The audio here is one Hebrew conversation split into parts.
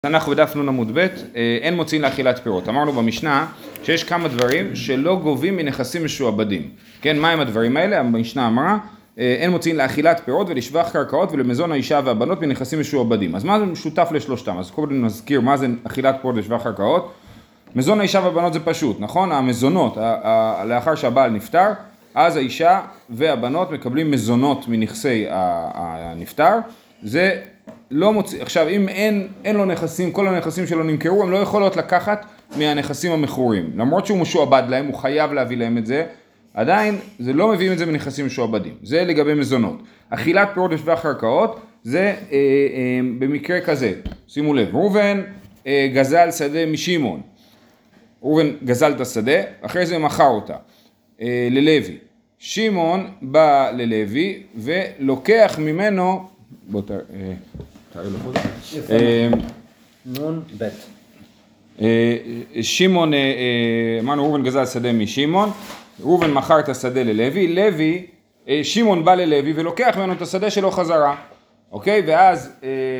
אנחנו בדף נון עמוד ב', אין מוצאים לאכילת פירות. אמרנו במשנה שיש כמה דברים שלא גובים מנכסים משועבדים. כן, מה הם הדברים האלה? המשנה אמרה, אין מוצאים לאכילת פירות ולשבח קרקעות ולמזון האישה והבנות מנכסים משועבדים. אז מה זה משותף לשלושתם? אז קודם נזכיר מה זה אכילת פירות ולשבח קרקעות. מזון האישה והבנות זה פשוט, נכון? המזונות, לאחר שהבעל נפטר, אז האישה והבנות מקבלים מזונות מנכסי הנפטר. זה לא מוציא, עכשיו אם אין לו נכסים, כל הנכסים שלו נמכרו, הם לא יכולות לקחת מהנכסים המכורים. למרות שהוא משועבד להם, הוא חייב להביא להם את זה, עדיין זה לא מביאים את זה מנכסים משועבדים. זה לגבי מזונות. אכילת פירות ושבח קרקעות, זה במקרה כזה. שימו לב, ראובן גזל שדה משמעון. ראובן גזל את השדה, אחרי זה מכר אותה ללוי. שמעון בא ללוי ולוקח ממנו, בוא תארי לו פה זה. נון ב'. שמעון, אמרנו ראובן גזל שדה משמעון, ראובן מכר את השדה ללוי, שמעון בא ללוי ולוקח ממנו את השדה שלו חזרה. אוקיי? ואז,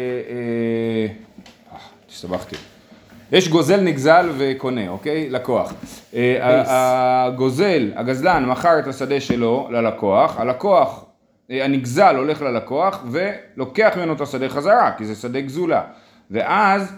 תסתבכתי. יש גוזל נגזל וקונה, אוקיי? לקוח. הגזלן מכר את השדה שלו ללקוח, הלקוח, הנגזל הולך ללקוח ולוקח ממנו את השדה חזרה, כי זה שדה גזולה. ואז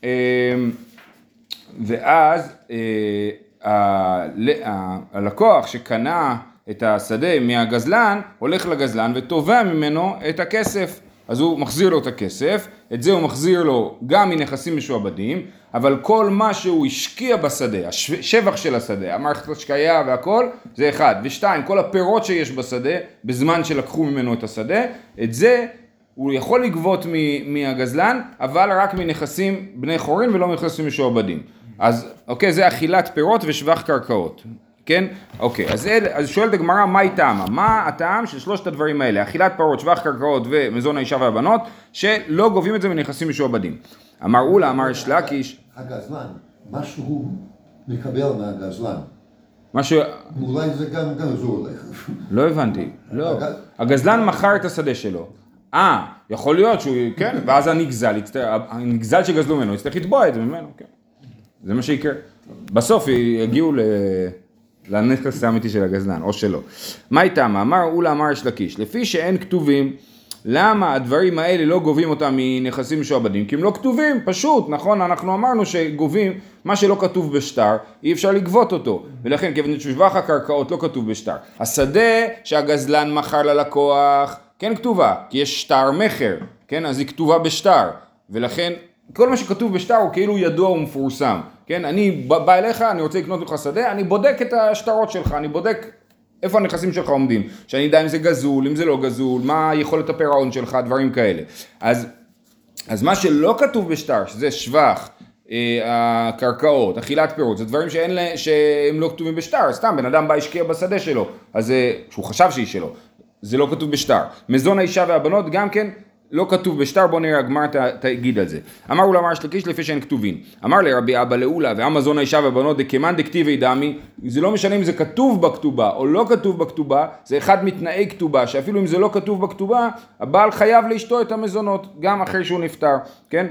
הלקוח שקנה את השדה מהגזלן, הולך לגזלן ותובע ממנו את הכסף. אז הוא מחזיר לו את הכסף, את זה הוא מחזיר לו גם מנכסים משועבדים, אבל כל מה שהוא השקיע בשדה, השבח של השדה, המערכת השקיה והכל, זה אחד. ושתיים, כל הפירות שיש בשדה, בזמן שלקחו ממנו את השדה, את זה הוא יכול לגבות מהגזלן, אבל רק מנכסים בני חורין ולא מנכסים משועבדים. אז אוקיי, זה אכילת פירות ושבח קרקעות. כן? אוקיי, אז שואלת הגמרא, מה טעמה? מה הטעם של שלושת הדברים האלה? אכילת פירות, שבח קרקעות ומזון האישה והבנות, שלא גובים את זה מנכסים משועבדים. אמר אולה, אמר יש לקיש. הגזלן, מה שהוא מקבל מהגזלן. אולי זה גם גזול. לא הבנתי. לא. הגזלן מכר את השדה שלו. יכול להיות שהוא, כן, ואז הנגזל שגזלו ממנו, יצטרך לתבוע את זה ממנו, כן. זה מה שיקרה. בסוף יגיעו לנכס האמיתי של הגזלן, או שלא. מה איתם? אמר אולה, אמר יש לקיש. לפי שאין כתובים, למה הדברים האלה לא גובים אותם מנכסים משועבדים? כי הם לא כתובים, פשוט, נכון? אנחנו אמרנו שגובים מה שלא כתוב בשטר, אי אפשר לגבות אותו. ולכן, כיוון ששבח הקרקעות לא כתוב בשטר. השדה שהגזלן מכר ללקוח, כן כתובה, כי יש שטר מחר, כן? אז היא כתובה בשטר. ולכן, כל מה שכתוב בשטר הוא כאילו ידוע ומפורסם. כן? אני בא אליך, אני רוצה לקנות לך שדה, אני בודק את השטרות שלך, אני בודק איפה הנכסים שלך עומדים, שאני יודע אם זה גזול, אם זה לא גזול, מה יכולת הפירעון שלך, דברים כאלה. אז מה שלא כתוב בשטר, שזה שבח, הקרקעות, אכילת פירות, זה דברים שהם לא כתובים בשטר, סתם בן אדם בא השקיע בשדה שלו, אז שהוא חשב שהיא שלו, זה לא כתוב בשטר. מזון האישה והבנות גם כן, לא כתוב בשטר, בוא נראה, הגמרא תגיד על זה. אמר אולה אמר יש לקיש לפי שאין כתובים. אמר לרבי אבא לאולה והמזון האישה והבנות דקמן דכתיבי דמי, זה לא משנה אם זה כתוב בכתובה או לא כתוב בכתובה, זה אחד מתנאי כתובה, שאפילו אם זה לא כתוב בכתובה, הבעל חייב לאשתו את המזונות, גם אחרי שהוא נפטר, כן?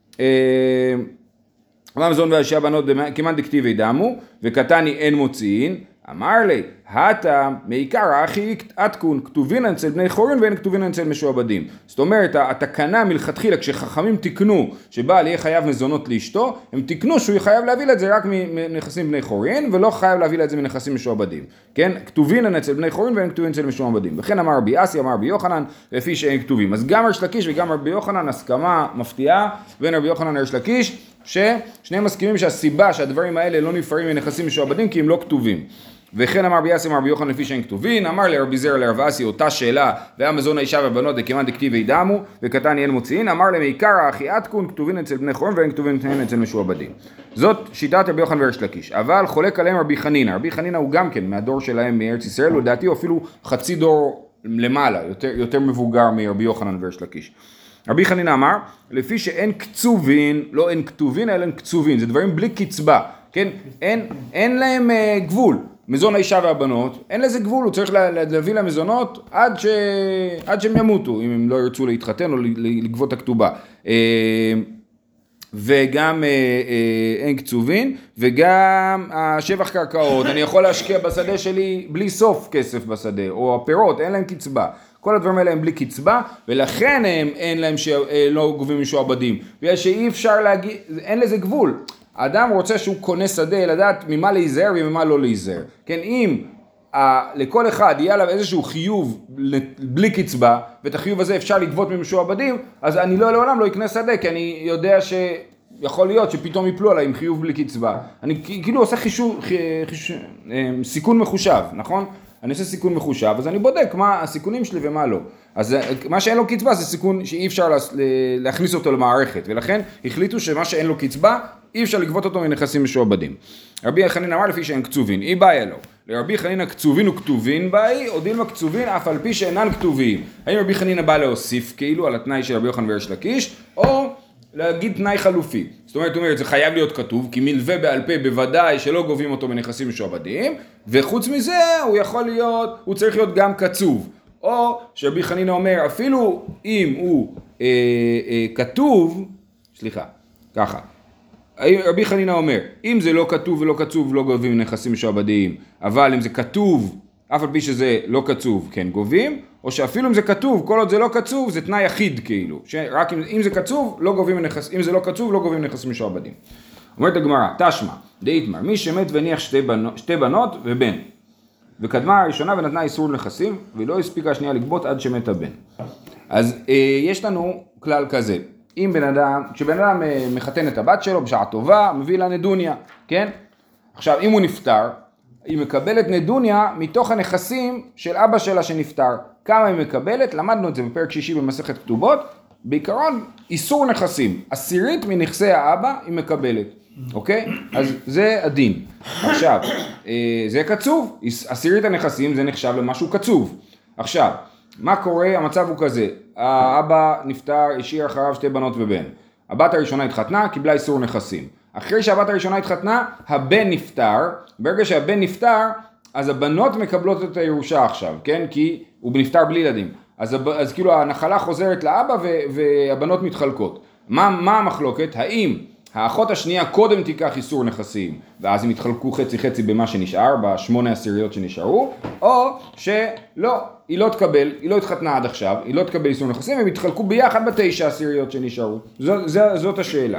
המזון והאישה והבנות דקמן דכתיבי דמו, וקטני אין מוציאין, אמר לי, הטה מעיקר האחי עתקון, כתובין אצל בני חורין ואין כתובין אצל משועבדים. זאת אומרת, התקנה מלכתחילה, כשחכמים תקנו שבעל יהיה חייב מזונות לאשתו, הם תקנו שהוא חייב להביא את זה רק מנכסים בני חורין, ולא חייב להביא את זה מנכסים משועבדים. כן? כתובין אצל בני חורין ואין כתובין אצל משועבדים. וכן אמר רבי אסי, אמר רבי יוחנן, לפי שאין כתובים. אז גם ריש לקיש וגם רבי יוחנן, הסכמה מפתיעה בין רבי יוחנן לריש לקיש, ששניהם מסכימים שהסיבה שהדברים האלה לא נפרעים מנכסים משועבדים כי הם לא כתובים. וכן אמר רבי אסי אמר רבי יוחנן לפי שאין כתובין, אמר לרבי זרע לרב אסי אותה שאלה, והמזון האישה והבנות דקמן דכתיבי דמו, וקטני אין מוציאין, אמר למעיקר האחי עתקון, כתובין אצל בני חורין ואין כתובין אצל משועבדים. זאת שיטת רבי יוחנן וריש לקיש, אבל חולק עליהם רבי חנינא. רבי חנינא הוא גם כן מהדור שלהם מארץ ישראל, לדעתי הוא אפילו חצי דור למעלה, יותר מבוגר מרבי יוחנן וריש לקיש. רבי חנינא אמר, לפי שאין קצובין, לא אין כתובין אלא אין קצובין, זה דברים בלי קצבה, כן? אין להם גבול. מזון האישה והבנות, אין לזה גבול, הוא צריך להביא למזונות עד שהם ימותו, אם הם לא ירצו להתחתן או לגבות הכתובה. וגם אין קצובין, וגם השבח קרקעות, אני יכול להשקיע בשדה שלי בלי סוף כסף בשדה, או הפירות, אין להם קצבה. כל הדברים האלה הם בלי קצבה, ולכן אין להם לא גובים משועבדים. בגלל שאי אפשר להגיד, אין לזה גבול. האדם רוצה שהוא קונה שדה, לדעת ממה להיזהר וממה לא להיזהר. כן, אם לכל אחד יהיה עליו איזשהו חיוב בלי קצבה, ואת החיוב הזה אפשר לגבות ממשועבדים, אז אני לא לעולם לא אקנה שדה, כי אני יודע שיכול להיות שפתאום יפלו עליי עם חיוב בלי קצבה. אני כאילו עושה סיכון מחושב, נכון? אני עושה סיכון מחושב, אז אני בודק מה הסיכונים שלי ומה לא. אז מה שאין לו קצבה זה סיכון שאי אפשר להכניס אותו למערכת, ולכן החליטו שמה שאין לו קצבה, אי אפשר לגבות אותו מנכסים משועבדים. רבי חנינא אמר לפי שאין קצובין, אי בעיה לו. לרבי חנינא קצובין וכתובין באי, או דילמה קצובין אף על פי שאינן כתובים. האם רבי חנינא בא להוסיף כאילו על התנאי של רבי יוחנן וריש לקיש, או להגיד תנאי חלופי. זאת אומרת, זה חייב להיות כתוב, כי מלווה בעל פה בוודאי שלא גובים אותו מנכסים משועבדים, וחוץ מזה הוא צריך להיות גם קצוב. או שרבי חנינא אומר, אפילו אם הוא כתוב, ככה. רבי חנינא אומר, אם זה לא כתוב ולא קצוב, לא גובים מנכסים משועבדים, אבל אם זה כתוב, אף על פי שזה לא קצוב, כן גובים, או שאפילו אם זה כתוב, כל עוד זה לא קצוב, זה תנאי יחיד כאילו, שרק אם זה קצוב, לא גובים אם זה לא קצוב, לא גובים מנכסים משועבדים. אומרת הגמרא, תשמע, דאיתמר, מי שמת והניח שתי בנות ובן, וקדמה הראשונה ונתנה איסור נכסים, ולא הספיקה השנייה לגבות עד שמת הבן. אז יש לנו כלל כזה, כשבן אדם מחתן את הבת שלו בשעה טובה, מביא לה נדוניה, כן? עכשיו, אם הוא נפטר, היא מקבלת נדוניה מתוך הנכסים של אבא שלה שנפטר. כמה היא מקבלת? למדנו את זה בפרק 6 במסכת כתובות. בעיקרון, איסור נכסים. 10% מנכסי האבא היא מקבלת. אוקיי? אז זה הדין. עכשיו, זה קצוב. 10% הנכסים זה נחשב למשהו קצוב. עכשיו, מה קורה? המצב הוא כזה. האבא נפטר, השאיר אחריו 2 בנות ובן. הבת הראשונה התחתנה, קיבלה איסור נכסים. אחרי שהבת הראשונה התחתנה, הבן נפטר. ברגע שהבן נפטר, אז הבנות מקבלות את הירושה עכשיו, כן? כי הוא נפטר בלי ילדים. אז כאילו הנחלה חוזרת לאבא והבנות מתחלקות. מה המחלוקת? האם האחות השנייה קודם תיקח איסור נכסים, ואז הם יתחלקו חצי חצי במה שנשאר, ב8 שנשארו, או שלא, היא לא תקבל, היא לא התחתנה עד עכשיו, היא לא תקבל איסור נכסים, הם יתחלקו ביחד ב9 שנשארו. זאת השאלה.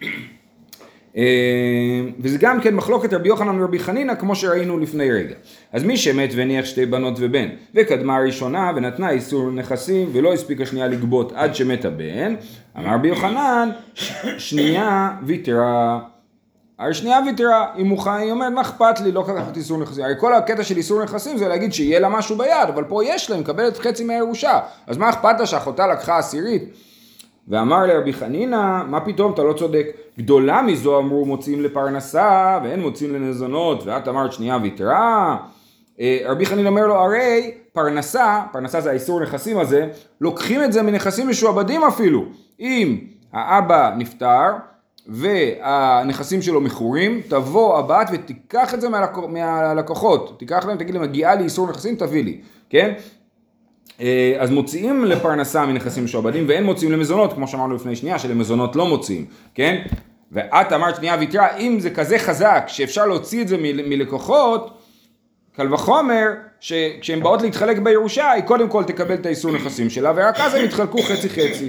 וזה גם כן מחלוקת רבי יוחנן ורבי חנינא כמו שראינו לפני רגע. אז מי שמת והניח 2 בנות ובן וקדמה הראשונה ונתנה איסור נכסים ולא הספיקה שנייה לגבות עד שמת הבן, אמר רבי יוחנן שנייה ויתרה. השנייה ויתרה, היא אומרת מה אכפת לי, לא לקחת איסור נכסים. הרי כל הקטע של איסור נכסים זה להגיד שיהיה לה משהו ביד, אבל פה יש לה, היא מקבלת חצי מהירושה, אז מה אכפת לה שאחותה לקחה 10? ואמר לרבי חנינא, מה פתאום, אתה לא צודק, גדולה מזו אמרו מוצאים לפרנסה, ואין מוצאים לנזונות, ואת אמרת שנייה ויתרה. רבי חנינא אומר לו, הרי פרנסה זה האיסור נכסים הזה, לוקחים את זה מנכסים משועבדים אפילו. אם האבא נפטר, והנכסים שלו מכורים, תבוא הבת ותיקח את זה מהלקוחות, תיקח להם, תגיד להם, מגיעה לי איסור נכסים, תביא לי, כן? אז מוציאים לפרנסה מנכסים משועבדים, ואין מוציאים למזונות, כמו שאמרנו לפני שנייה, שלמזונות לא מוציאים, כן? ואת אמרת שנייה ויתרה, אם זה כזה חזק, שאפשר להוציא את זה מלקוחות, קל וחומר, שכשהן באות להתחלק בירושה, היא קודם כל תקבל את האיסור נכסים שלה, ורק אז הם יתחלקו חצי חצי.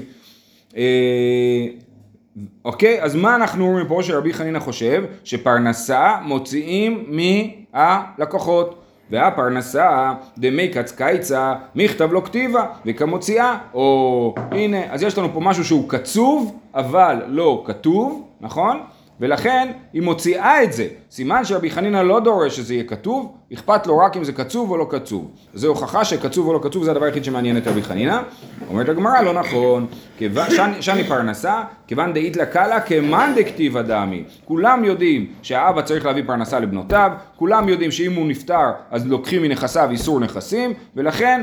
אוקיי, אז מה אנחנו אומרים פה שרבי חנינא חושב? שפרנסה מוציאים מהלקוחות. והפרנסה דמי קצקייצה מכתב לא כתיבה וכמוציאה, או הנה, אז יש לנו פה משהו שהוא קצוב אבל לא כתוב, נכון? ולכן היא מוציאה את זה. סימן שרבי חנינא לא דורש שזה יהיה כתוב, אכפת לו רק אם זה קצוב או לא קצוב. זו הוכחה שקצוב או לא קצוב זה הדבר היחיד שמעניין את רבי חנינא. אומרת הגמרא לא נכון, שני פרנסה, כיוון דאית לקלה כמאן דכתיבא דמי. כולם יודעים שהאבא צריך להביא פרנסה לבנותיו, כולם יודעים שאם הוא נפטר אז לוקחים מנכסיו איסור נכסים, ולכן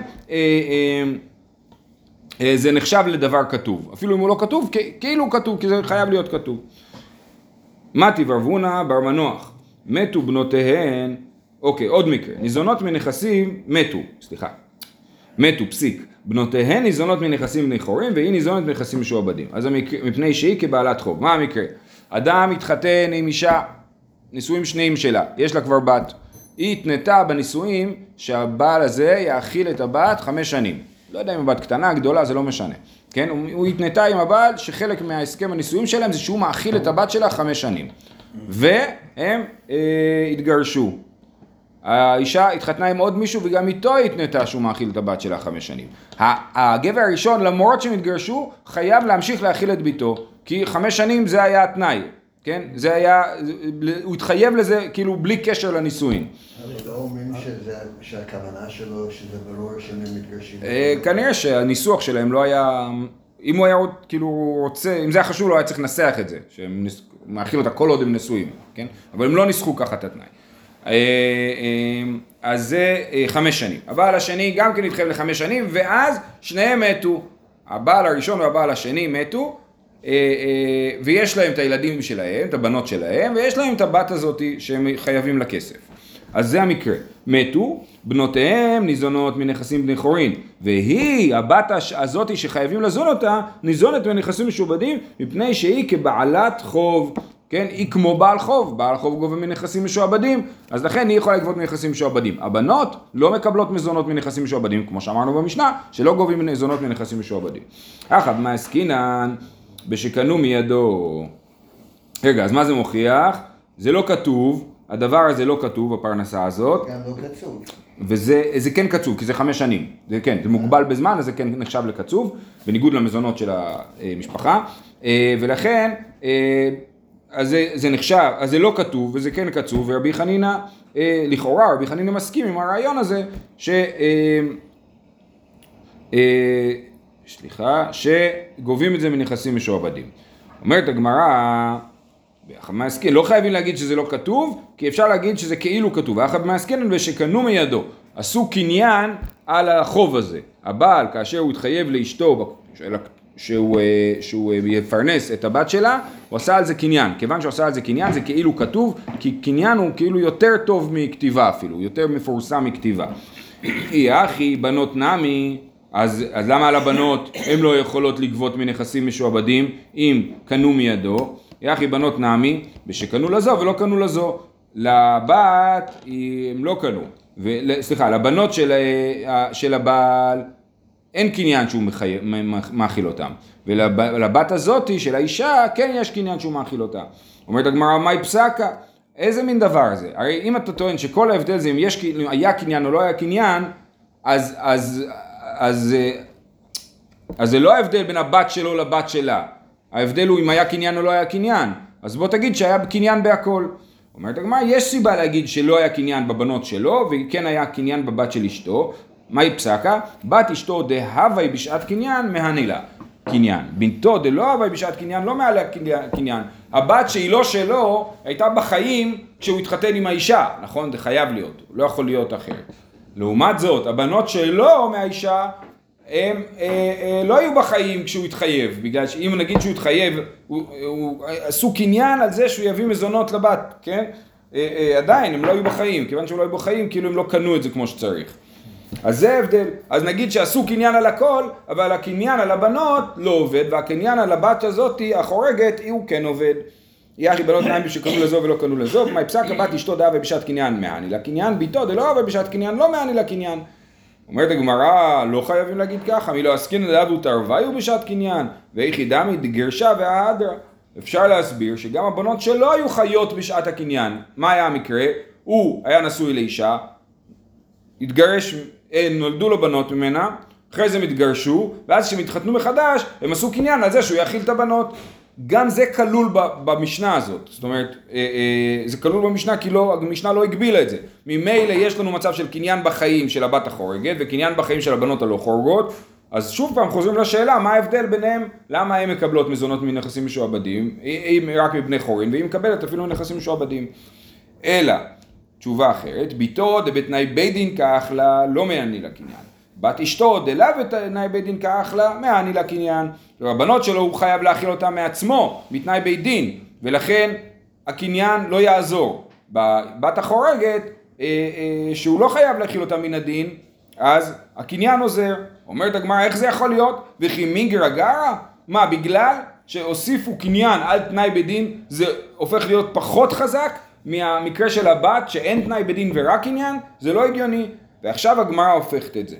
זה נחשב לדבר כתוב. אפילו אם הוא לא כתוב, כאילו כתוב, כי זה חייב להיות כתוב. מתי ורבונה בר מנוח, מתו בנותיהן, אוקיי, עוד מקרה, ניזונות מנכסים, מתו, פסיק, בנותיהן ניזונות מנכסים בני חורין, והיא ניזונת מנכסים משועבדים. אז מפני שהיא כבעלת חוב. מה המקרה? אדם התחתן עם אישה, נישואים שניים שלה, יש לה כבר בת. היא התנתה בנישואים שהבעל הזה יאכיל את הבת 5 שנים. לא יודע אם הבת קטנה, גדולה, זה לא משנה. כן? הוא התנתה עם הבעל שחלק מההסכם הנישואים שלהם זה שהוא מאכיל את הבת שלה 5 שנים. והם התגרשו. האישה התחתנה עם עוד מישהו וגם איתו התנתה שהוא מאכיל את הבת שלה 5 שנים. הגבר הראשון, למרות שהם התגרשו, חייב להמשיך להאכיל את ביתו, כי 5 שנים זה היה התנאי. כן? זה היה, הוא התחייב לזה כאילו בלי קשר לנישואין. אבל לא אומרים שהכוונה שלו, שזה ברור שהם מתגרשים. כנראה שהניסוח שלהם לא היה, אם הוא היה כאילו רוצה, אם זה היה חשוב לו היה צריך לנסח את זה, שהם מאכיל אותה כל עוד הם נשואים, כן? אבל הם לא ניסחו ככה את התנאי. אז זה 5 שנים. הבעל השני גם כן התחייב ל5 שנים, ואז שניהם מתו. הבעל הראשון והבעל השני מתו, ויש להם את הילדים שלהם, את הבנות שלהם, ויש להם את הבת הזאת שהם חייבים לה כסף. אז זה המקרה. מתו, בנותיהם ניזונות מנכסים בני חורין, והיא, הבת הזאת שחייבים לזון אותה, ניזונת מנכסים משועבדים, מפני שהיא כבעלת חוב. כן? היא כמו בעל חוב, בעל חוב גובה מנכסים משועבדים, אז לכן היא יכולה לגבות מנכסים משועבדים. הבנות לא מקבלות מזונות מנכסים משועבדים, כמו שאמרנו במשנה, שלא גובים מזונות מנכסים משועבדים. אחת, מה עסקינן? בשקנו מידו. רגע, אז מה זה מוכיח? זה לא כתוב, הדבר הזה לא כתוב, הפרנסה הזאת. גם לא קצוב. וזה כן קצוב, כי זה 5 שנים. זה כן, זה מוגבל בזמן, אז זה כן נחשב לקצוב, בניגוד למזונות של המשפחה. ולכן, אז זה נחשב, אז זה לא כתוב, וזה כן קצוב, ורבי חנינא, לכאורה, רבי חנינא מסכים עם הרעיון הזה, שגובים את זה מנכסים משועבדים. אומרת הגמרא, לא חייבים להגיד שזה לא כתוב, כי אפשר להגיד שזה כאילו כתוב. ואחד מהסכנן ושקנו מידו, עשו קניין על החוב הזה. הבעל, כאשר הוא התחייב לאשתו, שהוא יפרנס את הבת שלה, הוא עשה על זה קניין. כיוון שהוא עשה על זה קניין, זה כאילו כתוב, כי קניין הוא כאילו יותר טוב מכתיבה אפילו, יותר מפורסם מכתיבה. אחי, בנות נמי, אז למה על הבנות הן לא יכולות לגבות מנכסים משועבדים אם קנו מידו? יחי בנות נמי, ושקנו לזו ולא קנו לזו. לבת הם לא קנו. סליחה, לבנות של הבעל אין קניין שהוא מאכיל אותם. ולבת הזאת של האישה כן יש קניין שהוא מאכיל אותה. אומרת הגמרא, מהי פסקה? איזה מין דבר זה? הרי אם אתה טוען שכל ההבדל זה אם היה קניין או לא היה קניין, אז זה לא ההבדל בין הבת שלו לבת שלה. ההבדל הוא אם היה קניין או לא היה קניין. אז בוא תגיד שהיה קניין בהכל. אומרת הגמרא, יש סיבה להגיד שלא היה קניין בבנות שלו, וכן היה קניין בבת של אשתו. מהי פסקה? בת אשתו דהווי בשעת קניין מהנילה. קניין. בנתו דלא הווי בשעת קניין לא מעלה קניין. הבת שהיא לא שלו הייתה בחיים כשהוא התחתן עם האישה. נכון? זה חייב להיות. לא יכול להיות אחרת. לעומת זאת, הבנות שלו מהאישה הם לא היו בחיים כשהוא התחייב, בגלל שאם נגיד שהוא התחייב, עשו קניין על זה שהוא יביא מזונות לבת, כן? עדיין הם לא היו בחיים, כיוון שהם לא היו בחיים, כאילו הם לא קנו את זה כמו שצריך. אז זה הבדל. אז נגיד שעשו קניין על הכל, אבל הקניין על הבנות לא עובד, והקניין על הבת הזאת, החורגת, הוא כן עובד. יחי בנות נעים שקנו לזו ולא קנו לזו, מה פסק הבת אשתו דהווי בשעת קניין מעני לקניין, ביתו דלא הווי בשעת קניין לא מעני לקניין. אומרת הגמרא, לא חייבים להגיד ככה, מי לא עסקין דהוו תרוויו בשעת קניין, ואיכי דמי דגרשה וההדרה. אפשר להסביר שגם הבנות שלא היו חיות בשעת הקניין. מה היה המקרה? הוא היה נשוי לאישה, התגרש, נולדו לו בנות ממנה, אחרי זה מתגרשו, ואז כשהם התחתנו מחדש, הם עשו קניין על זה שהוא יכיל את הבנות. גם זה כלול במשנה הזאת, זאת אומרת, זה כלול במשנה כי המשנה לא הגבילה את זה. ממילא יש לנו מצב של קניין בחיים של הבת החורגת, וקניין בחיים של הבנות הלא חורגות, אז שוב פעם חוזרים לשאלה, מה ההבדל ביניהם? למה הן מקבלות מזונות מנכסים משועבדים, אם רק מבני חורין, והיא מקבלת אפילו נכסים משועבדים. אלא, תשובה אחרת, ביתו דבתנאי בית דין כאחלה לא מעני לקניין. בת אשתו דלאו בתנאי בית דין כאחלה מעני לקניין. הבנות שלו הוא חייב להאכיל אותם מעצמו, בתנאי בית דין, ולכן הקניין לא יעזור. בבת החורגת, שהוא לא חייב להאכיל אותם מן הדין, אז הקניין עוזר. אומרת הגמרא, איך זה יכול להיות? וכי מינגרא גרא? מה, בגלל שהוסיפו קניין על תנאי בדין, זה הופך להיות פחות חזק מהמקרה של הבת, שאין תנאי בדין ורק קניין? זה לא הגיוני. ועכשיו הגמרא הופכת את זה.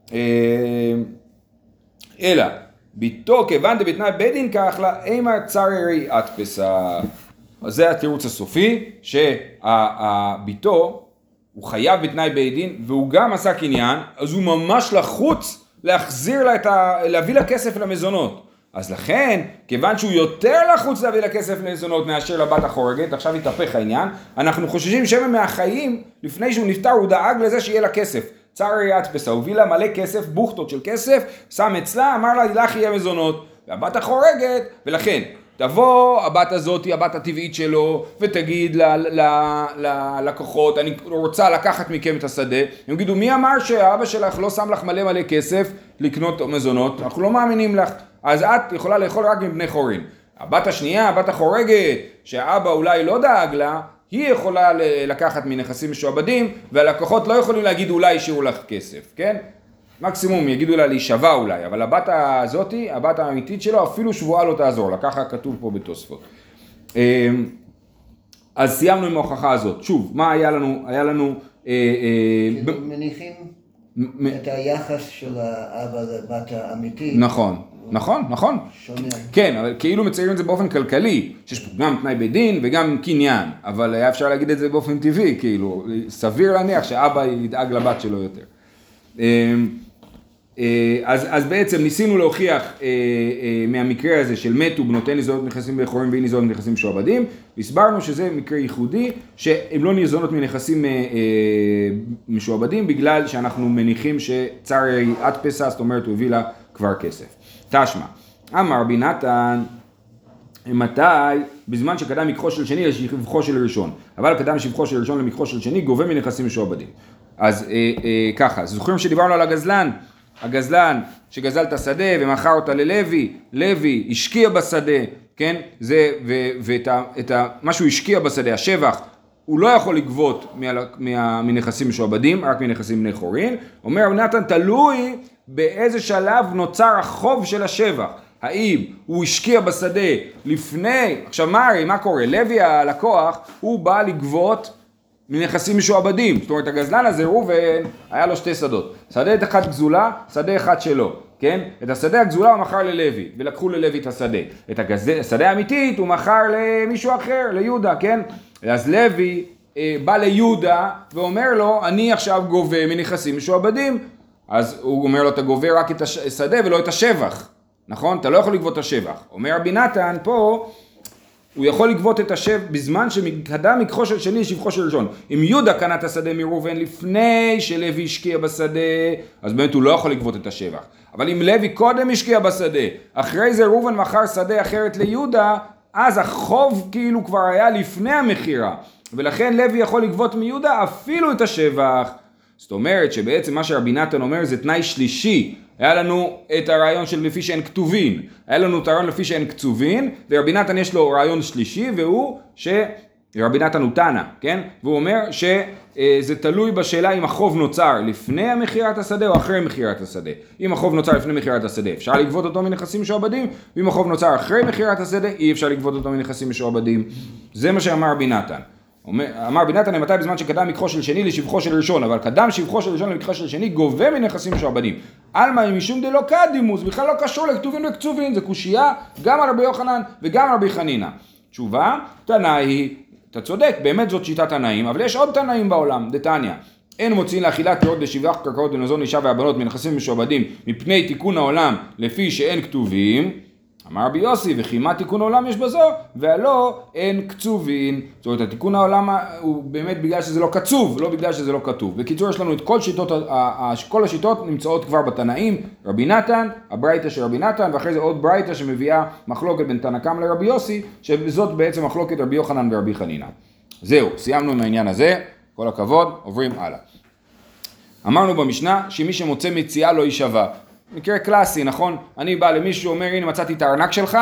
אלא, ביתו כיוון דבתנאי בדין כך לה, אימא צררי אדפסה. אז זה התירוץ הסופי, שהביתו הוא חייב בתנאי בדין, והוא גם עשה קניין, אז הוא ממש לחוץ להחזיר לה להביא לה כסף למזונות. אז לכן, כיוון שהוא יותר לחוץ להביא לה כסף למזונות מאשר לבת החורגת, עכשיו התהפך העניין, אנחנו חוששים שמא מהחיים, לפני שהוא נפטר, הוא דאג לזה שיהיה לה כסף. צרי אדפסה, הוא הביא לה מלא כסף, בוכטות של כסף, שם אצלה, אמר לה, לך יהיה מזונות. והבת החורגת, ולכן, תבוא הבת הזאת, הבת הטבעית שלו, ותגיד ללקוחות, אני רוצה לקחת מכם את השדה. הם יגידו, מי אמר שהאבא שלך לא שם לך מלא מלא כסף לקנות מזונות? אנחנו לא מאמינים לך. אז את יכולה לאכול רק מבני חורין. הבת השנייה, הבת החורגת, שהאבא אולי לא דאג לה, היא יכולה לקחת מנכסים משועבדים, והלקוחות לא יכולים להגיד אולי שירו לך כסף, כן? מקסימום יגידו לה להישבע אולי, אבל הבת הזאתי, הבת האמיתית שלו, אפילו שבועה לא תעזור לה, ככה כתוב פה בתוספות. אז סיימנו עם ההוכחה הזאת. שוב, מה היה לנו? היה לנו... מניחים את היחס של האבא לבת האמיתית. נכון. נכון. שונה. כן, אבל כאילו מציירים את זה באופן כלכלי, שיש פה גם תנאי בדין וגם קניין, אבל היה אפשר להגיד את זה באופן טבעי, כאילו, סביר להניח שאבא ידאג לבת שלו יותר. אז בעצם ניסינו להוכיח מהמקרה הזה של מתו בנותן ניזונות נכסים בכורים ואי ניזונות נכסים משועבדים, והסברנו שזה מקרה ייחודי שהם לא ניזונות מנכסים משועבדים בגלל שאנחנו מניחים שצרי אדפסה, זאת אומרת הוא הביא לה כבר כסף. תשמע, אמר רבי נתן, מתי? בזמן שקדם מקחו של שני לשבחו של ראשון, אבל קדם שבחו של ראשון למקחו של שני גובה מנכסים משועבדים. אז ככה, זוכרים שדיברנו על הגזלן שגזל את השדה ומכר אותה ללוי, לוי השקיע בשדה, כן? מה שהוא השקיע בשדה, השבח, הוא לא יכול לגבות מנכסים משועבדים, רק מנכסים בני חורין. אומר רבי נתן, תלוי באיזה שלב נוצר החוב של השבח. האם הוא השקיע בשדה לפני, עכשיו מה קורה? לוי הלקוח, הוא בא לגבות מנכסים משועבדים. זאת אומרת, הגזלן הזה, ראובן, היה לו שתי שדות. שדה אחד גזולה, שדה אחד שלו. כן? את השדה הגזולה הוא מכר ללוי, ולקחו ללוי את השדה. את השדה האמיתית הוא מכר למישהו אחר, ליהודה, כן? אז לוי בא ליהודה ואומר לו, אני עכשיו גובה מנכסים משועבדים. אז הוא אומר לו, אתה גובה רק את השדה ולא את השבח. נכון? אתה לא יכול לגבות את השבח. אומר רבי נתן פה, הוא יכול לגבות את השבח בזמן שקדם מקחו של שני שבחו של ראשון. אם יהודה קנה את השדה מראובן לפני שלוי השקיע בשדה, אז באמת הוא לא יכול לגבות את השבח. אבל אם לוי קודם השקיע בשדה, אחרי זה ראובן מכר שדה אחרת ליהודה, אז החוב כאילו כבר היה לפני המחירה. ולכן לוי יכול לגבות מיהודה אפילו את השבח. זאת אומרת שבעצם מה שרבי נתן אומר זה תנאי שלישי. היה לנו את הרעיון של לפי שאין כתובין, היה לנו את הרעיון לפי שאין קצובין, ורבי נתן יש לו רעיון שלישי, והוא רבי נתן הוא תנא, כן? והוא אומר שזה תלוי בשאלה אם החוב נוצר לפני המחירת השדה או אחרי מחירת השדה. אם החוב נוצר לפני מחירת השדה, אפשר לגבות אותו מנכסים משועבדים, ואם החוב נוצר אחרי מחירת השדה, אי אפשר לגבות אותו מנכסים משועבדים. זה מה שאמר רבי נתן. אמר רבי נתן, מתי בזמן שקדם מקחו של שני לשבחו של ראשון, אבל קדם שבחו של ראשון למקחו של שני גובה מנכסים משועבדים. אלמה משום דלא קדימוס, בכלל לא קשור לכתובין וקצובין, זה קושייה גם על רבי יוחנן וגם על רבי חנינא. תשובה, תנאי, אתה צודק, באמת זאת שיטת תנאים, אבל יש עוד תנאים בעולם, דתניא. אין מוציאים לאכילת פירות לשבח קרקעות למזון אישה והבנות מנכסים משועבדים מפני תיקון העולם לפי שאין כתובים. אמר רבי יוסי, וכי מה תיקון העולם יש בזו? והלא אין קצובין. זאת אומרת, התיקון העולם הוא באמת בגלל שזה לא קצוב, לא בגלל שזה לא כתוב. בקיצור, יש לנו את כל השיטות נמצאות כבר בתנאים, רבי נתן, הברייתא של רבי נתן, ואחרי זה עוד ברייתא שמביאה מחלוקת בין תנא קמא לרבי יוסי, שזאת בעצם מחלוקת רבי יוחנן ורבי חנינא. זהו, סיימנו עם העניין הזה, כל הכבוד, עוברים הלאה. אמרנו במשנה שמי שמוצא מציאה לא יישבע. מקרה קלאסי, נכון? אני בא למישהו, אומר, הנה מצאתי את הארנק שלך,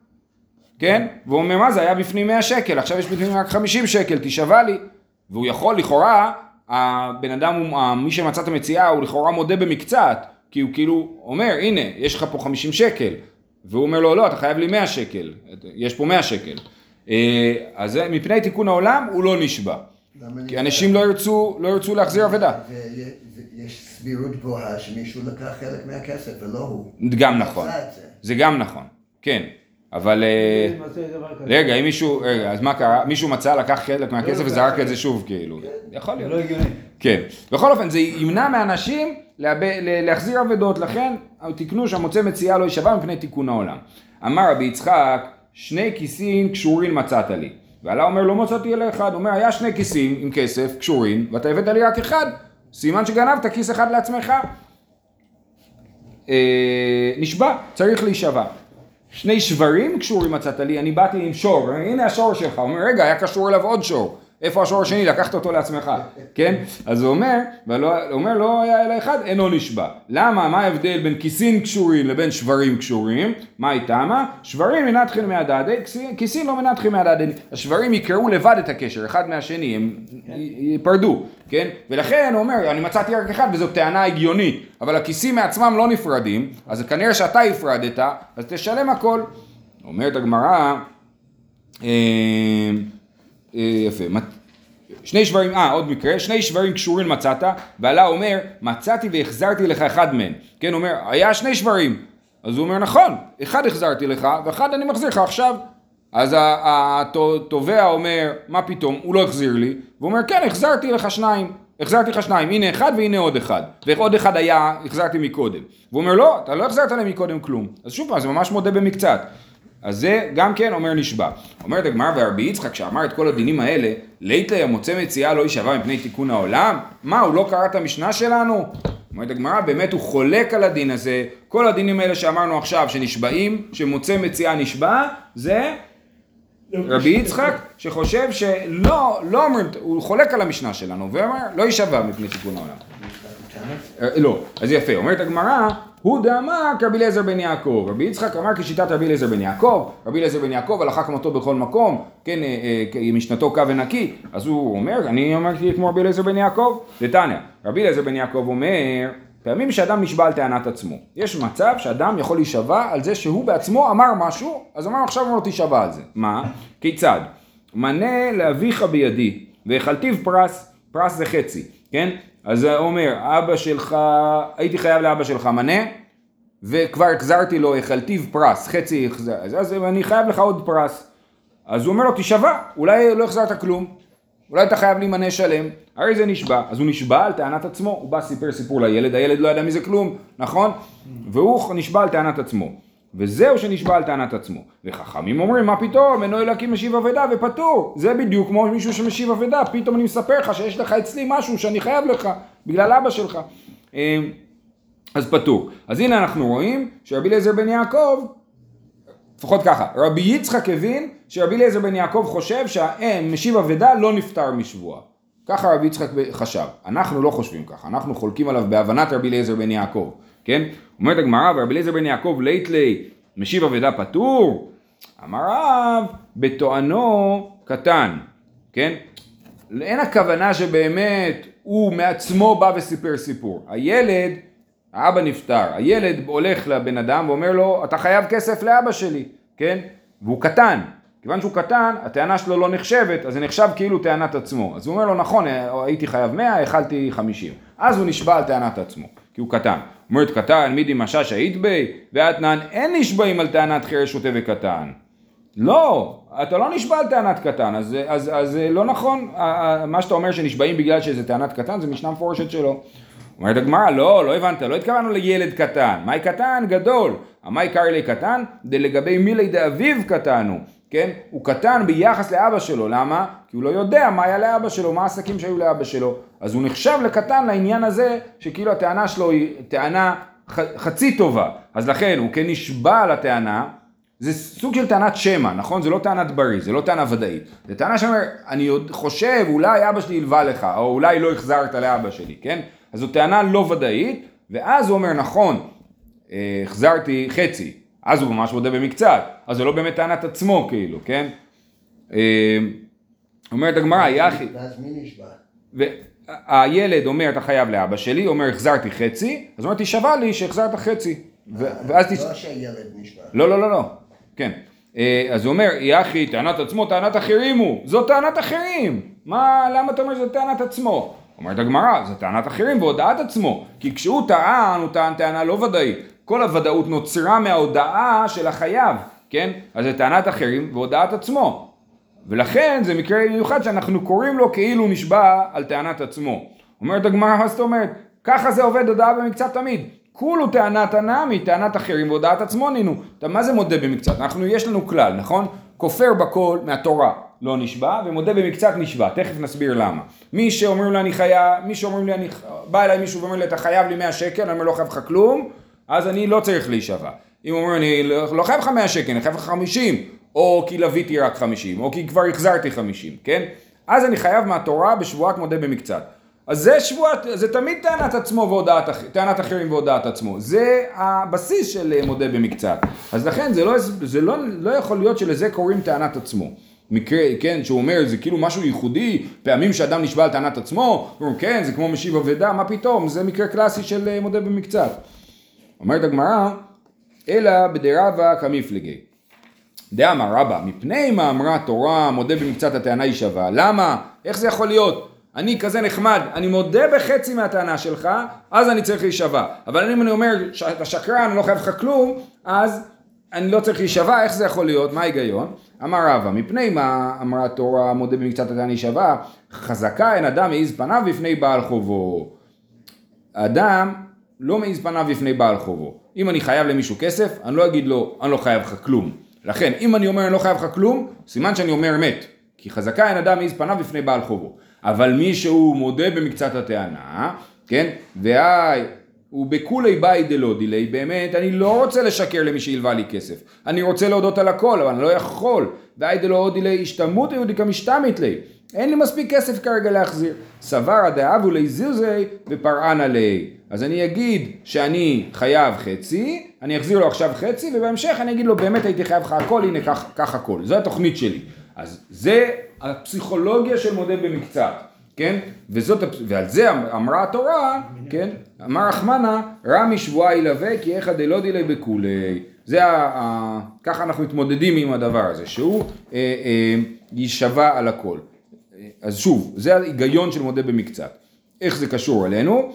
כן? והוא אומר, מה זה? היה בפנים 100 שקל, עכשיו יש בפנים רק 50 שקל, תשבע לי. והוא יכול, לכאורה, הבן אדם, מי שמצא את המציאה, הוא לכאורה מודה במקצת. כי הוא כאילו אומר, הנה, יש לך פה 50 שקל, והוא אומר לו, לא, אתה חייב לי 100 שקל, יש פה 100 שקל. אז מפני תיקון העולם הוא לא נשבע. כי אנשים לא ירצו להחזיר אבדה. יש סבירות גבוהה שמישהו לקח חלק מהכסף ולא הוא. גם נכון. זה גם נכון, כן. אבל רגע, אם מישהו, אז מה קרה? מישהו מצא, לקח חלק מהכסף וזרק את זה שוב, כאילו. יכול להיות. לא הגיוני. כן. בכל אופן, זה ימנע מאנשים להחזיר אבדות, לכן תקנו שהמוצא מציאה לא יישבע מפני תיקון העולם. אמר רבי יצחק, 2 כיסים קשורים מצאת לי. ועלה אומר, לא מצאתי אלא אחד. הוא אומר, היה 2 כיסים עם כסף קשורים, ואתה הבאת לי רק אחד. סימן שגנבת כיס אחד לעצמך. נשבע, צריך להישבע. 2 שברים קשורים מצאת לי, אני באתי עם שור, הנה השור שלך. הוא אומר, רגע, היה קשור אליו עוד שור. איפה השור השני? לקחת אותו לעצמך, כן? אז הוא אומר, לא היה אלא אחד, אינו נשבע. למה? מה ההבדל בין כיסים קשורים לבין שברים קשורים? מה איתמה? שברים מנתחים מהדדי, כיסים לא מנתחים מהדדי. השברים יקראו לבד את הקשר, אחד מהשני, הם ייפרדו, כן? ולכן הוא אומר, אני מצאתי רק אחד, וזו טענה הגיונית, אבל הכיסים מעצמם לא נפרדים, אז כנראה שאתה הפרדת, אז תשלם הכל. אומרת הגמרא, יפה, 2 שברים, עוד מקרה, 2 שברים קשורים מצאת, ועלה אומר, מצאתי והחזרתי לך אחד מהם, כן, הוא אומר, היה 2 שברים, אז הוא אומר, נכון, אחד החזרתי לך, ואחד אני מחזיר לך עכשיו, אז התובע אומר, מה פתאום, הוא לא החזיר לי, והוא אומר, כן, החזרתי לך 2, הנה אחד והנה עוד אחד, ועוד אחד היה, החזרתי מקודם, והוא אומר, לא, אתה לא החזרת לי מקודם כלום, אז שוב פעם, זה ממש מודה במקצת, אז זה גם כן אומר נשבע. אומרת הגמרא ורבי יצחק שאמר את כל הדינים האלה, ליתא המוצא מציאה לא יישבע מפני תיקון העולם? מה, הוא לא קרא את המשנה שלנו? אומרת הגמרא, באמת הוא חולק על הדין הזה, כל הדינים האלה שאמרנו עכשיו שנשבעים, שמוצא מציאה נשבע, זה רבי יצחק שחושב שלא, הוא חולק על המשנה שלנו, ואומר לא יישבע מפני תיקון העולם. לא, אז יפה, אומרת הגמרא, הוא דאמר כרבי אליעזר בן יעקב, רבי יצחק אמר כשיטת רבי אליעזר בן יעקב, רבי אליעזר בן יעקב הלכה כמותו בכל מקום, כן, משנתו קו ונקי, אז הוא אומר, אני אמרתי כמו רבי אליעזר בן יעקב, דתניא, רבי אליעזר בן יעקב אומר, פעמים שאדם נשבע על טענת עצמו, יש מצב שאדם יכול להישבע על זה שהוא בעצמו אמר משהו, אז אמר עכשיו הוא לא תישבע על זה, מה? כיצד? מנה לאביך בידי, והחלטיב פרס זה חצי, כן? אז הוא אומר, אבא שלך, הייתי חייב לאבא שלך מנה, וכבר החזרתי לו החלטיב פרס, חצי החזר, אז אני חייב לך עוד פרס. אז הוא אומר לו, תשבע, אולי לא החזרת כלום, אולי אתה חייב לי מנה שלם, הרי זה נשבע. אז הוא נשבע על טענת עצמו, הוא בא סיפר סיפור לילד, הילד לא ידע מזה כלום, נכון? והוא נשבע על טענת עצמו. וזהו שנשבע על טענת עצמו. וחכמים אומרים, מה פתאום, אינו אלא כי משיב אבדה ופטור. זה בדיוק כמו מישהו שמשיב אבדה, פתאום אני מספר לך שיש לך אצלי משהו שאני חייב לך, בגלל אבא שלך. אז פטור. אז הנה אנחנו רואים שרבי אליעזר בן יעקב, לפחות ככה, רבי יצחק הבין שרבי אליעזר בן יעקב חושב שהמשיב אבדה לא נפטר משבוע. ככה רבי יצחק חשב. אנחנו לא חושבים ככה, אנחנו חולקים עליו בהבנת רבי אליעזר בן יעקב. כן? אומרת הגמרא, ורבי אליעזר בן יעקב ליטלי משיב אבדה פטור, אמר רב, בתואנו קטן, כן? אין הכוונה שבאמת הוא מעצמו בא וסיפר סיפור. הילד, האבא נפטר, הילד הולך לבן אדם ואומר לו, אתה חייב כסף לאבא שלי, כן? והוא קטן. כיוון שהוא קטן, הטענה שלו לא נחשבת, אז זה נחשב כאילו טענת עצמו. אז הוא אומר לו, נכון, הייתי חייב 100, החלתי 50. אז הוא נשבע על טענת עצמו, כי הוא קטן. אומרת קטן, מידי משש היית בי, ואתנן אין נשבעים על טענת חירש שוטה וקטן. לא, אתה לא נשבע על טענת קטן, אז לא נכון, מה שאתה אומר שנשבעים בגלל שזה טענת קטן, זה משנה מפורשת שלו. אומרת הגמרא, לא הבנת, לא התכוונו לילד קטן, מהי קטן? גדול. המאי קרא לי קטן? לגבי מילי דאביו קטן הוא, כן? הוא קטן ביחס לאבא שלו, למה? כי הוא לא יודע מה היה לאבא שלו, מה העסקים שהיו לאבא שלו, אז הוא נחשב לקטן לעניין הזה, שכאילו הטענה שלו היא טענה חצי טובה, אז לכן הוא כן נשבע על הטענה, זה סוג של טענת שמה, נכון? זה לא טענת בריא, זה לא טענה ודאית, זה טענה שאומר, אני חושב, אולי אבא שלי ילווה לך, או אולי לא החזרת לאבא שלי, כן? אז זו טענה לא ודאית, ואז הוא אומר, נכון, החזרתי חצי, אז הוא ממש מודה במקצת, אז זה לא באמת טענת עצמו, כאילו, כן? אומרת הגמרא, יחי. ואז מי נשבע? והילד אומר, אתה חייב לאבא שלי, אומר, החזרתי חצי, אז הוא אומר, תשבע לי שהחזרת חצי. ואז לא שהילד נשבע. לא, כן. אז הוא אומר, יחי, טענת עצמו, טענת אחרים הוא, זו טענת אחרים. למה אתה אומר שזו טענת עצמו? אומרת הגמרא, זו טענת אחרים והודעת עצמו. כי כשהוא טען, הוא טען טענה לא ודאית. כל הוודאות נוצרה מההודעה של החייב, כן? אז זה טענת אחרים והודעת עצמו. ולכן זה מקרה מיוחד שאנחנו קוראים לו כאילו נשבע על טענת עצמו. אומרת הגמרא, מה זאת אומרת? ככה זה עובד הודעה במקצת תמיד. כולו טענת הנמי, טענת אחרים והודעת עצמו נינו. מה זה מודה במקצת? יש לנו כלל, נכון? כופר בכל מהתורה לא נשבע, ומודה במקצת נשבע. תכף נסביר למה. מי שאומרים לי אני חייב, בא אליי מישהו ואומר לי אתה חייב לי 100 שקל, אני אומר לא חייב לך כלום, אז אני לא צריך להישבע. אם הוא אומר אני לא חייב לך 100 שקל, אני חייב לך 50, או כי לוויתי רק 50, או כי כבר החזרתי 50, כן? אז אני חייב מהתורה בשבועת מודה במקצת. אז זה שבועת, זה תמיד טענת עצמו טענת אחרים והודעת עצמו. זה הבסיס של מודה במקצת. אז לכן זה לא יכול להיות שלזה קוראים טענת עצמו. מקרה, כן, שהוא אומר, זה כאילו משהו ייחודי, פעמים שאדם נשבע על טענת עצמו, הוא אומר, כן, זה כמו משיב אבדה, מה פתאום? זה מקרה קלאסי של מודה במקצת. אומרת הגמרא, אלא בדרבה כמפלגי. דאמר רבא, מפני מה אמרה תורה, מודה במקצת הטענה היא שווה. למה? איך זה יכול להיות? אני כזה נחמד, אני מודה בחצי מהטענה שלך, אז אני צריך להישבע. אבל אם אני אומר, אתה שקרן, אני לא חייב לך כלום, אז אני לא צריך להישבע, איך זה יכול להיות? מה ההיגיון? אמר רבא, מפני מה אמרה התורה, מודה במקצת הטענה היא שווה, חזקה אין אדם מעיז פניו בפני בעל חובו. האדם לא מעיז פניו בפני בעל חובו. אם אני חייב למישהו כסף, אני לא אגיד לו, אני לא חייב לך כלום. לכן, אם אני אומר אני לא חייב לך כלום, סימן שאני אומר אמת. כי חזקה אין אדם מעיז פניו בפני בעל חובו. אבל מי שהוא מודה במקצת הטענה, כן? הוא בכולי באי דלא דילי, באמת, אני לא רוצה לשקר למי שהלווה לי כסף. אני רוצה להודות על הכל, אבל אני לא יכול. באי דלא דילי, השתמות יהודי כמשתמית לי. אין לי מספיק כסף כרגע להחזיר. סבר הדאבו לי זירזי ופרען עלי. אז אני אגיד שאני חייב חצי, אני אחזיר לו עכשיו חצי, ובהמשך אני אגיד לו, באמת הייתי חייב לך הכל, הנה קח הכל. זו התוכנית שלי. אז זה הפסיכולוגיה של מודה במקצת, כן? ועל זה אמרה התורה, כן? אמר רחמנה, רע משבועה ילווה כי איך דלא דילי בכולי. זה ככה אנחנו מתמודדים עם הדבר הזה, שהוא יישבע על הכל. אז שוב, זה ההיגיון של מודה במקצת. איך זה קשור אלינו?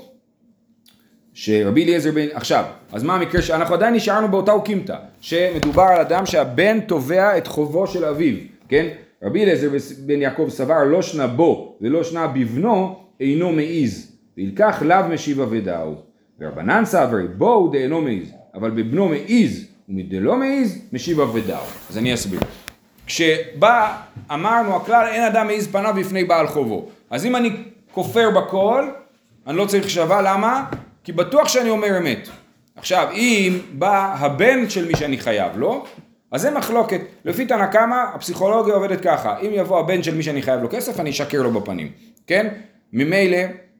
שרבי אליעזר בן, עכשיו, אז מה המקרה שאנחנו עדיין נשארנו באותה וקימתא, שמדובר על אדם שהבן תובע את חובו של אביו, כן? רבי אליעזר בן יעקב סבר לא שנה בו ולא שנה בבנו אינו מעיז, וילקח לאו משיב אבדהו. ורבנן סברי בו דאינו מעיז, אבל בבנו מעיז ומדלא מעיז משיב אבדהו. אז אני אסביר. כשבא אמרנו הכלל אין אדם מעיז פניו בפני בעל חובו, אז אם אני כופר בכל אני לא צריך שווה, למה? כי בטוח שאני אומר אמת. עכשיו אם בא הבן של מי שאני חייב לו, אז זה מחלוקת. לפי תנא קמא הפסיכולוגיה עובדת ככה, אם יבוא הבן של מי שאני חייב לו כסף אני אשקר לו בפנים, כן? ממילא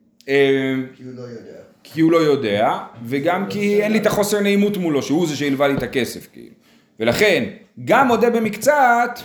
כי הוא לא יודע וגם כי אין לי את החוסר נעימות מולו שהוא זה שהלווה לי את הכסף כאילו. ולכן גם מודה במקצת,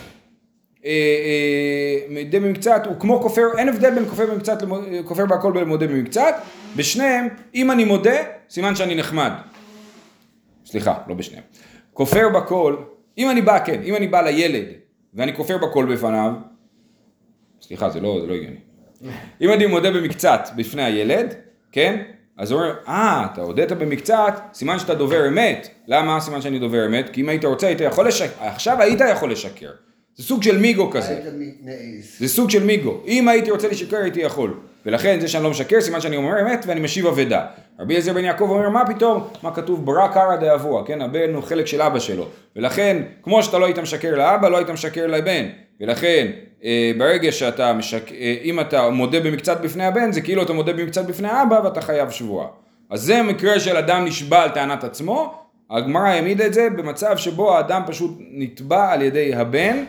מודה במקצת הוא כמו כופר, אין הבדל בין כופר במקצת לכופר בהכל במודה במקצת, בשניהם אם אני מודה סימן שאני נחמד, סליחה לא בשניהם, כופר בכל, אם אני בא לילד ואני כופר בכל בפניו, סליחה זה לא הגיוני, אם אני מודה במקצת בפני הילד, כן? אז הוא אומר, אתה הודית במקצת, סימן שאתה דובר אמת. למה סימן שאני דובר אמת? כי אם היית רוצה, היית יכול לשקר. עכשיו היית יכול לשקר. זה סוג של מיגו כזה. זה סוג של מיגו. אם הייתי רוצה לשקר, הייתי יכול. ולכן זה שאני לא משקר, סימן שאני אומר אמת, ואני משיב אבדה. רבי אליעזר בן יעקב אומר, מה פתאום? מה כתוב? ברא קרא דאבוה, כן? הבן הוא חלק של אבא שלו. ולכן, כמו שאתה לא היית משקר לאבא, לא היית משקר לבן. ולכן, ברגע שאתה אם אתה מודה במקצת בפני הבן, זה כאילו אתה מודה במקצת בפני האבא ואתה חייב שבועה. אז זה מקרה של אדם נשבע על טענת עצמו, הגמרא העמידה את זה במצב שבו האדם פשוט נתבע על ידי הבן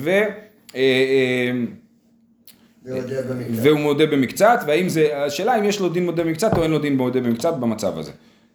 והוא מודה במקצת, והאם זה, השאלה אם יש לו דין מודה במקצת או אין לו דין מודה במקצת במצב הזה.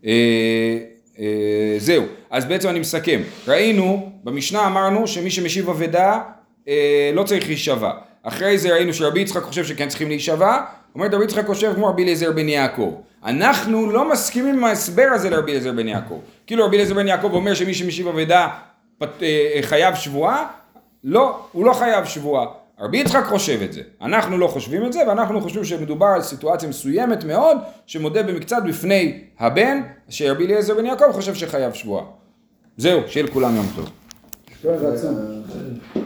זהו, אז בעצם אני מסכם. ראינו, במשנה אמרנו שמי שמשיב אבדה לא צריך להישבע. אחרי זה ראינו שרבי יצחק חושב שכן צריכים להישבע, אומרת רבי יצחק חושב כמו רבי אליעזר בן יעקב. אנחנו לא מסכימים עם ההסבר הזה לרבי אליעזר בן יעקב. כאילו רבי אליעזר בן יעקב אומר שמי שמשיב אבדה חייב שבועה, לא, הוא לא חייב שבועה. רבי יצחק חושב את זה, אנחנו לא חושבים את זה, ואנחנו חושבים שמדובר על סיטואציה מסוימת מאוד, שמודה במקצת בפני הבן, שרבי אליעזר בן יעקב חושב שחייב שבועה. זהו, שיהיה לכולם יום טוב.